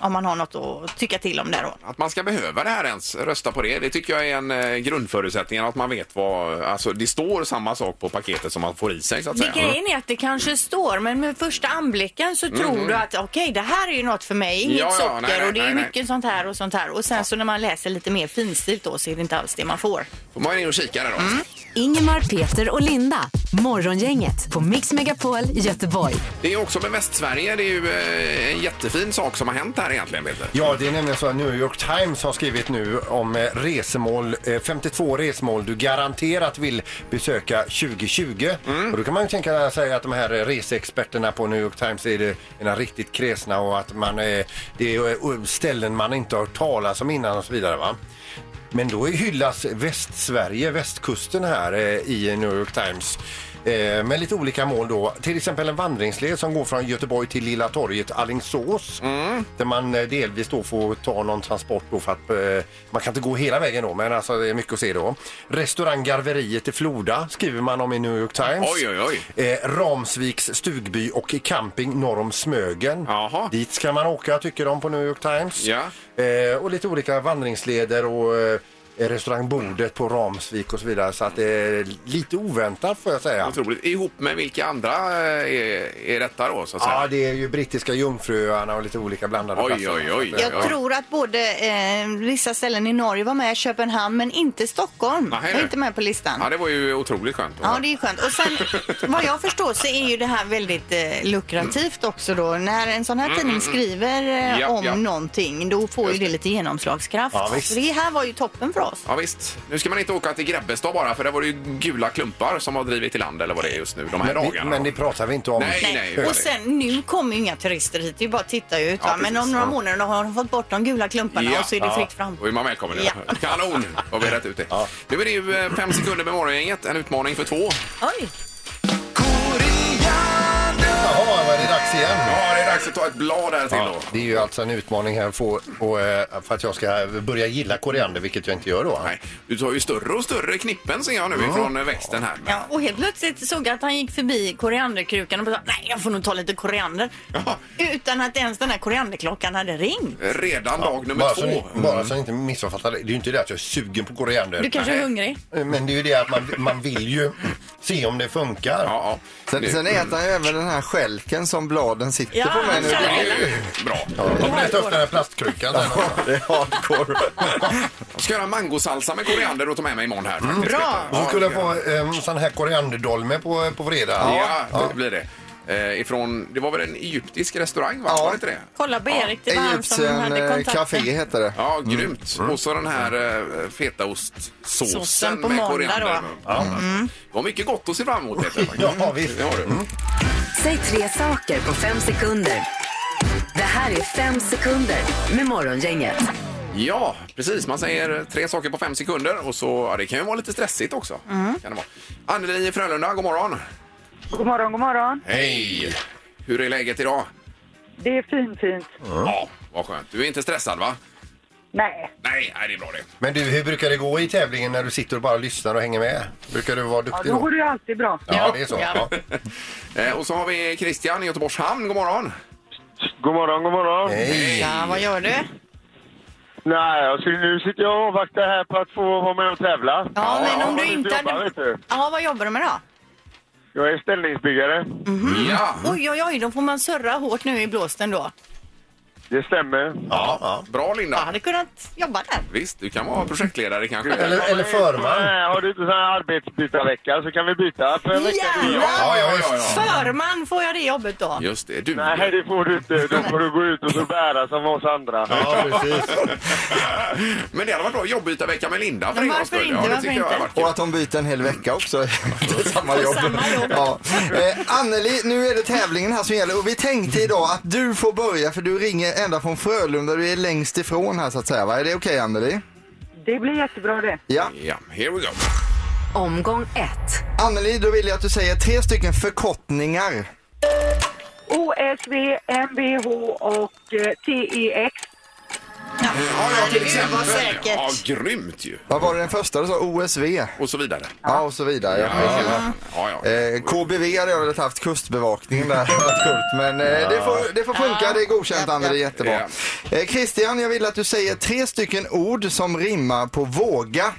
Speaker 3: om man har något att tycka till om det då.
Speaker 1: Att man ska behöva det här ens, rösta på det, det tycker jag är en eh, grundförutsättning, att man vet vad, alltså det står samma sak på paketet som man får i sig så att säga.
Speaker 3: Det grejen är att det kanske står, men med första anblicken så tror mm. du att okej, okay, det här är ju något för mig, inget ja, ja, socker nej, nej, och det är nej, mycket nej. sånt här och sånt här. Och sen ja. så när man läser lite mer finstilt då så är det inte alls det man får.
Speaker 1: Får man in och kika där då. Mm.
Speaker 4: Ingemar, Peter och Linda. Morgongänget på Mix Megapol Göteborg.
Speaker 1: Det är också med Västsverige, det är ju eh, en jättefin sak som har hänt här egentligen, Peter.
Speaker 2: Ja, det är nämligen så att New York Times har skrivit nu om eh, resemål, eh, femtiotvå resmål du garanterat vill besöka tjugo tjugo. Mm. Och då kan man ju tänka sig att de här reseexperterna på New York Times är det ena riktigt kräsna och att man, eh, det är ställen man inte har hört talas om innan och så vidare, va? Men då hyllas Västsverige, västkusten här eh, i New York Times eh, med lite olika mål då. Till exempel en vandringsled som går från Göteborg till Lilla torget Alingsås. Mm. Där man eh, delvis då får ta någon transport då för att eh, man kan inte gå hela vägen då, men alltså det är mycket att se då. Restaurang Garveriet i Floda skriver man om i New York Times.
Speaker 1: Oj, oj, oj.
Speaker 2: Eh, Ramsviks stugby och camping norr om Smögen.
Speaker 1: Aha.
Speaker 2: Dit ska man åka, tycker de på New York Times.
Speaker 1: Ja.
Speaker 2: Eh, och lite olika vandringsleder och eh, restaurangbordet på Ramsvik och så vidare, så att det är lite oväntat får jag säga.
Speaker 1: Otroligt. Ihop med vilka andra är, är detta då så att säga?
Speaker 2: Ja, det är ju brittiska Jungfruöarna och lite olika blandade
Speaker 1: oj,
Speaker 2: platser.
Speaker 1: Oj, oj, oj.
Speaker 3: Jag tror att både eh, vissa ställen i Norge var med, Köpenhamn, men inte Stockholm.
Speaker 1: Nej,
Speaker 3: är inte med på listan.
Speaker 1: Ja, det var ju otroligt skönt.
Speaker 3: Ja, det är skönt. Och sen, vad jag förstår så är ju det här väldigt eh, lukrativt också då. När en sån här tidning mm, skriver eh,
Speaker 1: ja,
Speaker 3: om
Speaker 1: ja.
Speaker 3: någonting, då får Just ju det, det lite genomslagskraft.
Speaker 2: Ja,
Speaker 3: så det här var ju toppen för oss.
Speaker 1: Ja, visst. Nu ska man inte åka till Grebbestad bara, för det var det ju gula klumpar som har drivit i land eller vad det är just nu, de här
Speaker 2: men,
Speaker 1: dagarna.
Speaker 2: Men det pratar vi inte om.
Speaker 1: Nej, nej. nej
Speaker 3: och sen, nu kommer ju inga turister hit, det är bara att titta ut.
Speaker 1: Ja,
Speaker 3: men om några månader då har de fått bort de gula klumparna ja. och så är det ja. fritt fram.
Speaker 1: Då är man välkommen. Ja. Kanon, har vi rätt ut det.
Speaker 2: Ja.
Speaker 1: Nu är det ju fem sekunder med morgongänget, en utmaning för två.
Speaker 3: Oj!
Speaker 2: Jaha, vad är det dags igen?
Speaker 1: Ja, det är dags att ta ett blad här till
Speaker 2: ja,
Speaker 1: då.
Speaker 2: Det är ju alltså en utmaning här för, och, för att jag ska börja gilla koriander, vilket jag inte gör då.
Speaker 1: Nej, du tar ju större och större knippen ser jag nu mm. från växten här.
Speaker 3: Ja, och helt plötsligt såg jag att han gick förbi korianderkrukan och sa, nej, jag får nog ta lite koriander. Ja. Utan att ens den här korianderklockan hade ringt.
Speaker 1: Redan ja, dag nummer
Speaker 2: bara
Speaker 1: två.
Speaker 2: Så ni, bara så ni inte missuppfattar det. Det är ju inte det att jag är sugen på koriander.
Speaker 3: Du kanske
Speaker 2: nej.
Speaker 3: är hungrig.
Speaker 2: Men det är ju det att man, man vill ju se om det funkar.
Speaker 1: Ja, ja.
Speaker 5: Sen, sen äter han ju även den här skälken som bladen sitter
Speaker 3: ja,
Speaker 5: på mig nu.
Speaker 1: Bra.
Speaker 2: Ja, de blir upp den här plastkrukan.
Speaker 5: Ja, det är hardcore.
Speaker 1: Jag ska göra mangosalsa med koriander och ta med mig imorgon här.
Speaker 3: Mm. Bra.
Speaker 2: Du skulle få en um, sån här korianderdolme på, på fredag.
Speaker 1: Ja, ja, det blir det. Eh, ifrån, det var väl en egyptisk restaurang, va?
Speaker 5: Ja.
Speaker 1: Var det inte det?
Speaker 3: Kolla på Erik, det var han som hade kontakten.
Speaker 5: Café heter det.
Speaker 1: Ja, grymt. Mm. Och så den här eh, fetaostsåsen
Speaker 3: Såsen på
Speaker 1: med
Speaker 3: måndag
Speaker 1: koriander.
Speaker 3: då.
Speaker 1: Mm. Det var mycket gott att se fram emot det.
Speaker 2: Ja, visst.
Speaker 1: Det har du. Mm.
Speaker 4: Säg tre saker på fem sekunder. Det här är fem sekunder med Morgongänget.
Speaker 1: Ja, precis. Man säger tre saker på fem sekunder och så, ja, det kan ju vara lite stressigt också. Mm. Kan det vara. Anneli i Frölunda, god morgon.
Speaker 6: God morgon, god morgon.
Speaker 1: Hej! Hur är läget idag?
Speaker 6: Det är fint, fint.
Speaker 1: Mm. Ja, vad skönt. Du är inte stressad, va?
Speaker 6: Nej.
Speaker 1: Nej, nej, det är bra det.
Speaker 2: Men du, hur brukar det gå i tävlingen när du sitter och bara lyssnar och hänger med? Brukar du vara duktig
Speaker 6: då? Ja, då går det ju alltid bra.
Speaker 2: Ja, ja, det är så.
Speaker 3: Ja.
Speaker 1: Ja. Och så har vi Christian i Göteborgs hamn. God morgon.
Speaker 9: God morgon, god morgon.
Speaker 2: Hej!
Speaker 3: Ja, vad gör du?
Speaker 9: Nej, alltså, nu sitter jag och avvaktar här på att få vara med och tävla.
Speaker 3: Ja,
Speaker 1: Ja,
Speaker 3: men om
Speaker 9: ja,
Speaker 3: du inte
Speaker 9: jobbar,
Speaker 3: hade...
Speaker 9: vet du.
Speaker 3: Ja, vad jobbar du med då?
Speaker 9: Jag är ställningsbyggare.
Speaker 3: Mm-hmm.
Speaker 1: Ja.
Speaker 3: Oj, oj, oj, då får man surra hårt nu i blåsten då.
Speaker 9: Det stämmer.
Speaker 1: Ja, ja. Bra Linda.
Speaker 3: Jag hade kunnat jobba där.
Speaker 1: Visst, du kan vara projektledare kanske.
Speaker 2: Eller, eller förman.
Speaker 9: Nej, har du inte sån här arbetsbytarvecka så kan vi byta för en vecka.
Speaker 3: Jävlar!
Speaker 1: Ja, ja, ja, ja.
Speaker 3: Förman får jag det jobbet då.
Speaker 1: Just det, du.
Speaker 9: Nej, det får du inte. Då får du gå ut och så bära som oss andra.
Speaker 2: Ja, precis.
Speaker 1: Men det hade varit bra jobbytarvecka med Linda för
Speaker 3: Men
Speaker 1: en gångs
Speaker 3: varför
Speaker 1: skull.
Speaker 3: inte?
Speaker 1: Ja, det
Speaker 3: Varför
Speaker 1: tycker jag
Speaker 3: inte?
Speaker 1: har varit
Speaker 5: Och
Speaker 1: kul.
Speaker 5: att de byter en hel vecka också. Det är samma
Speaker 3: På
Speaker 5: jobb.
Speaker 3: samma jobb.
Speaker 5: Ja. Eh, Anneli, nu är det tävlingen här som gäller. Och vi tänkte idag att du får börja för du ringer ända från Frölunda. Du är längst ifrån här så att säga. Va? Är det okej, Anneli?
Speaker 6: Det blir jättebra det.
Speaker 5: Ja.
Speaker 1: Ja, here we go.
Speaker 4: Omgång ett.
Speaker 5: Anneli, då vill jag att du säger tre stycken förkortningar.
Speaker 6: O S V, M B H och eh, T E X.
Speaker 3: Ja,
Speaker 1: Ja, ja, till exempel.
Speaker 3: Vad säkert.
Speaker 1: Ja, grymt ju.
Speaker 5: Vad var det den första du sa? O S V?
Speaker 1: Och så vidare.
Speaker 5: Ja, och så vidare. Ja.
Speaker 1: Ja, ja, ja.
Speaker 5: Eh, K B V hade jag väl haft kustbevakningen där. Det varit kult. Men eh, det, får, det får funka, det är godkänt Anna, det är jättebra. Eh, Christian, jag vill att du säger tre stycken ord som rimmar på våga.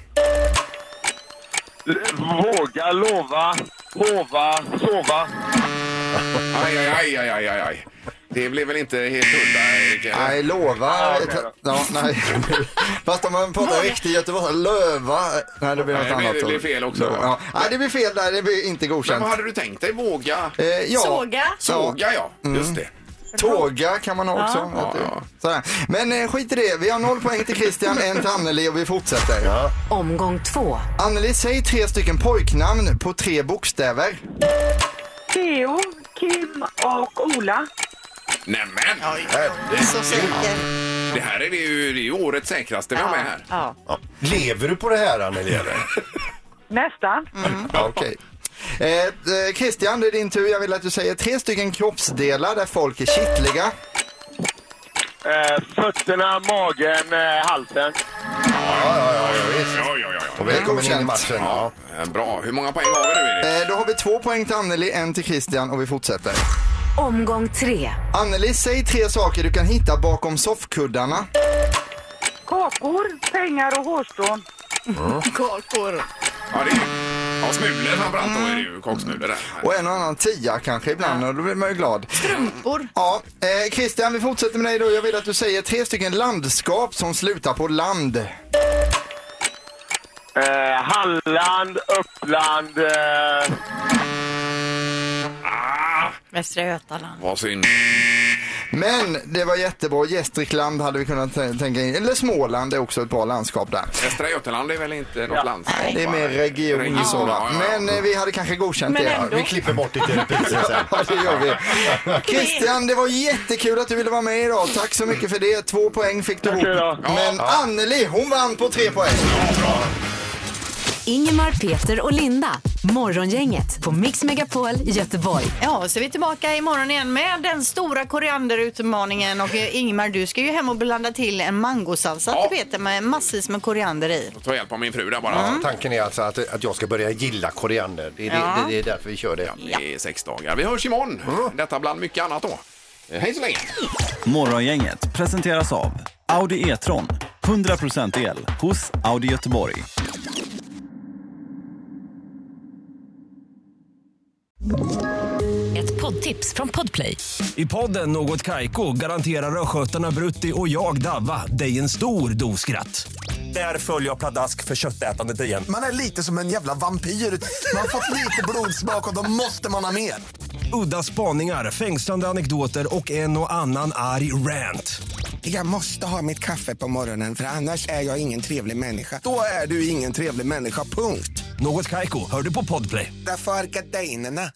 Speaker 8: Våga, lova, hova, sova.
Speaker 1: Aj, aj, aj, aj, aj, aj. Det blev väl inte helt hundra, Erik? eller?
Speaker 5: Nej, lova.
Speaker 8: Ja, okej då.
Speaker 5: Ja, nej. Fast om man pratar riktigt Göteborg, löva. Nej, det blir något
Speaker 1: Nej,
Speaker 5: annat.
Speaker 1: det blir fel också då.
Speaker 5: Ja. Nej, det blir fel där. Det blir inte
Speaker 1: Men
Speaker 5: godkänt.
Speaker 1: vad hade du tänkt dig? Våga?
Speaker 5: Eh, ja.
Speaker 3: Såga.
Speaker 1: Såga, ja. Just det.
Speaker 5: Tåga kan man ha också.
Speaker 1: Ja.
Speaker 5: Att det- Sådär. Men eh, skit i det. Vi har noll poäng till Christian, en till Anneli och vi fortsätter.
Speaker 4: Omgång två.
Speaker 5: Anneli, säg tre stycken pojknamn på tre bokstäver.
Speaker 6: Theo, Kim och Ola.
Speaker 1: Nämen!
Speaker 3: Det är så säkert.
Speaker 1: Det här är det ju, det är ju årets säkraste vi har med här.
Speaker 3: Ja.
Speaker 2: Ja. Lever du på det här, Anneli, eller?
Speaker 6: Nästan.
Speaker 5: Ja, okej. Eh, eh, Christian, det är din tur. Jag vill att du säger tre stycken kroppsdelar där folk är kittliga.
Speaker 8: Eh, fötterna, magen, eh, halsen.
Speaker 2: Ja, ja, ja, visst.
Speaker 1: Ja, ja, ja. ja.
Speaker 2: Och välkommen in i matchen. Ja.
Speaker 1: Ja, bra. Hur många poäng har vi nu, Erik?
Speaker 5: Eh, då har vi två poäng till Anneli, en till Christian och vi fortsätter.
Speaker 4: Omgång tre.
Speaker 5: Anneli, säg tre saker du kan hitta bakom soffkuddarna.
Speaker 6: Kakor, pengar och hårstrån.
Speaker 3: Kakor.
Speaker 1: Ja, det är ja, smulor framförallt då är det ju koksmulor där.
Speaker 5: Och en och annan tia kanske ibland och då blir man ju glad.
Speaker 3: Strumpor.
Speaker 5: Ja, eh, Christian, vi fortsätter med dig då. Jag vill att du säger tre stycken landskap som slutar på land.
Speaker 8: Eh, Halland, Uppland. Eh,
Speaker 1: Ah,
Speaker 3: Västra Götaland.
Speaker 1: vad synd.
Speaker 5: Men det var jättebra. Gästrikland hade vi kunnat t- tänka in. Eller Småland är också ett bra landskap där.
Speaker 1: Västra Götaland är väl inte något land?
Speaker 5: Nej, det är mer region
Speaker 1: Region,
Speaker 5: så va.
Speaker 1: ja, ja, ja.
Speaker 5: Men eh, vi hade kanske godkänt
Speaker 3: Men
Speaker 5: det.
Speaker 3: ändå.
Speaker 2: Vi klipper bort det till reprisen sen.
Speaker 5: Ja, det gör vi. Christian, det var jättekul att du ville vara med idag. Tack så mycket för det. Två poäng fick du
Speaker 8: Tack
Speaker 5: ihop.
Speaker 8: då.
Speaker 5: Men Anneli, hon vann på tre poäng.
Speaker 4: Ingemar, Peter och Linda. Morgongänget på Mix Megapol Göteborg.
Speaker 3: Ja, så är vi tillbaka imorgon igen med den stora korianderutmaningen. Och eh, Ingmar, du ska ju hem och blanda till en mangosalsa
Speaker 1: Ja.
Speaker 3: till Peter med massvis med koriander i.
Speaker 1: Ta hjälp av min fru där bara.
Speaker 2: Ja, tanken är alltså att, att jag ska börja gilla koriander. Det är,
Speaker 3: Ja.
Speaker 2: det, det är därför vi kör det.
Speaker 1: Ja, det är sex dagar. Vi hörs imorgon. Detta bland mycket annat då. Eh, Hej så länge.
Speaker 11: Morgongänget presenteras av Audi E-tron. hundra procent el hos Audi Göteborg.
Speaker 4: Ett poddtips från Podplay.
Speaker 12: I podden Något Kaiko garanterar röskötarna Brutti och jag Davva dig en stor dos skratt. Där följer jag pladask för köttätandet igen.
Speaker 13: Man är lite som en jävla vampyr. Man har fått lite blodsmak och då måste man ha mer.
Speaker 12: Udda spaningar, fängslande anekdoter och en och annan arg rant.
Speaker 13: Jag måste ha mitt kaffe på morgonen för annars är jag ingen trevlig människa. Då är du ingen trevlig människa, punkt.
Speaker 12: Något Kaiko, hör du på Podplay.
Speaker 13: Därför är gardinerna.